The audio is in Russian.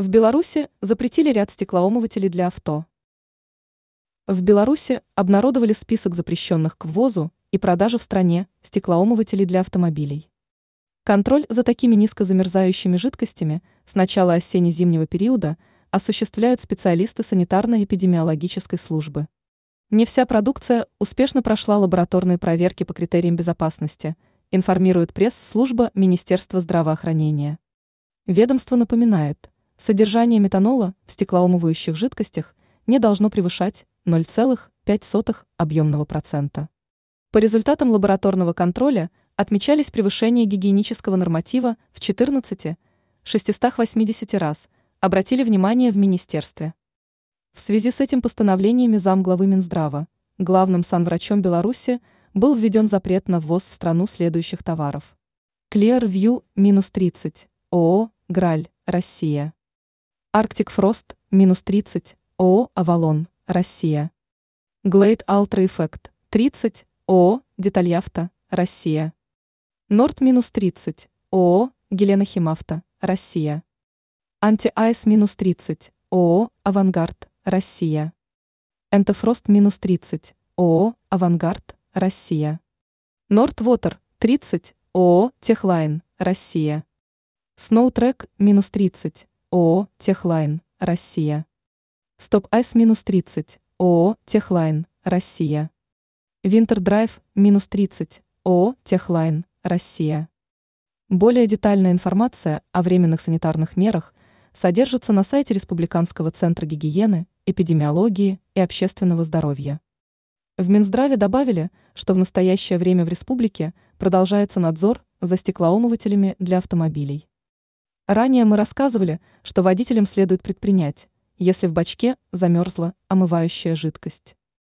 В Беларуси запретили ряд стеклоомывателей для авто. В Беларуси обнародовали список запрещенных к ввозу и продаже в стране стеклоомывателей для автомобилей. Контроль за такими низкозамерзающими жидкостями с начала осенне-зимнего периода осуществляют специалисты санитарно-эпидемиологической службы. Не вся продукция успешно прошла лабораторные проверки по критериям безопасности, информирует пресс-служба Министерства здравоохранения. Ведомство напоминает, содержание метанола в стеклоомывающих жидкостях не должно превышать 0,5 объемного процента. По результатам лабораторного контроля отмечались превышение гигиенического норматива в 14,680 раз, обратили внимание в министерстве. В связи с этим постановлениями замглавы Минздрава, главным санврачом Беларуси, был введен запрет на ввоз в страну следующих товаров. Clearview -30, ООО «Граль», Россия. Arctic Frost -30, ООО «Авалон», Россия. Glade Ultra Effect 30, ООО «Детальавто», Россия. Nord -30, ООО «Гелена Химавто», Россия. Anti-Ice -30, ООО «Авангард», Россия. Энтофрост -30, ООО «Авангард», Россия. Nordwater 30, ООО «Техлайн», Россия. Snowtrack -30, ООО «Техлайн», Россия. Stop Ice -30, ООО «Техлайн», Россия. Winter Drive -30, ООО «Техлайн», Россия. Более детальная информация о временных санитарных мерах содержится на сайте Республиканского центра гигиены, эпидемиологии и общественного здоровья. В Минздраве добавили, что в настоящее время в республике продолжается надзор за стеклоомывателями для автомобилей. Ранее мы рассказывали, что водителям следует предпринять, если в бачке замерзла омывающая жидкость.